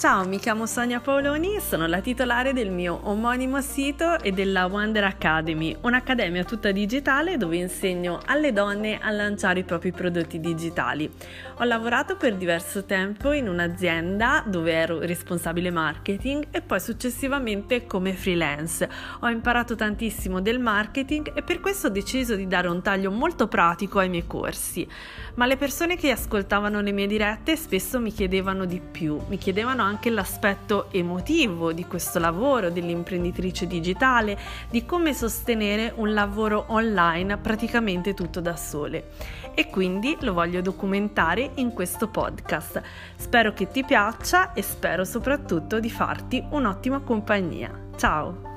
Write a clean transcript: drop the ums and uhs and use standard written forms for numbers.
Ciao, mi chiamo Sonia Paoloni, sono la titolare del mio omonimo sito e della Wonder Academy, un'accademia tutta digitale dove insegno alle donne a lanciare i propri prodotti digitali. Ho lavorato per diverso tempo in un'azienda dove ero responsabile marketing e poi successivamente come freelance. Ho imparato tantissimo del marketing e per questo ho deciso di dare un taglio molto pratico ai miei corsi. Ma le persone che ascoltavano le mie dirette spesso mi chiedevano di più, mi chiedevano anche l'aspetto emotivo di questo lavoro dell'imprenditrice digitale, di come sostenere un lavoro online praticamente tutto da sole. E quindi lo voglio documentare in questo podcast. Spero che ti piaccia e spero soprattutto di farti un'ottima compagnia. Ciao!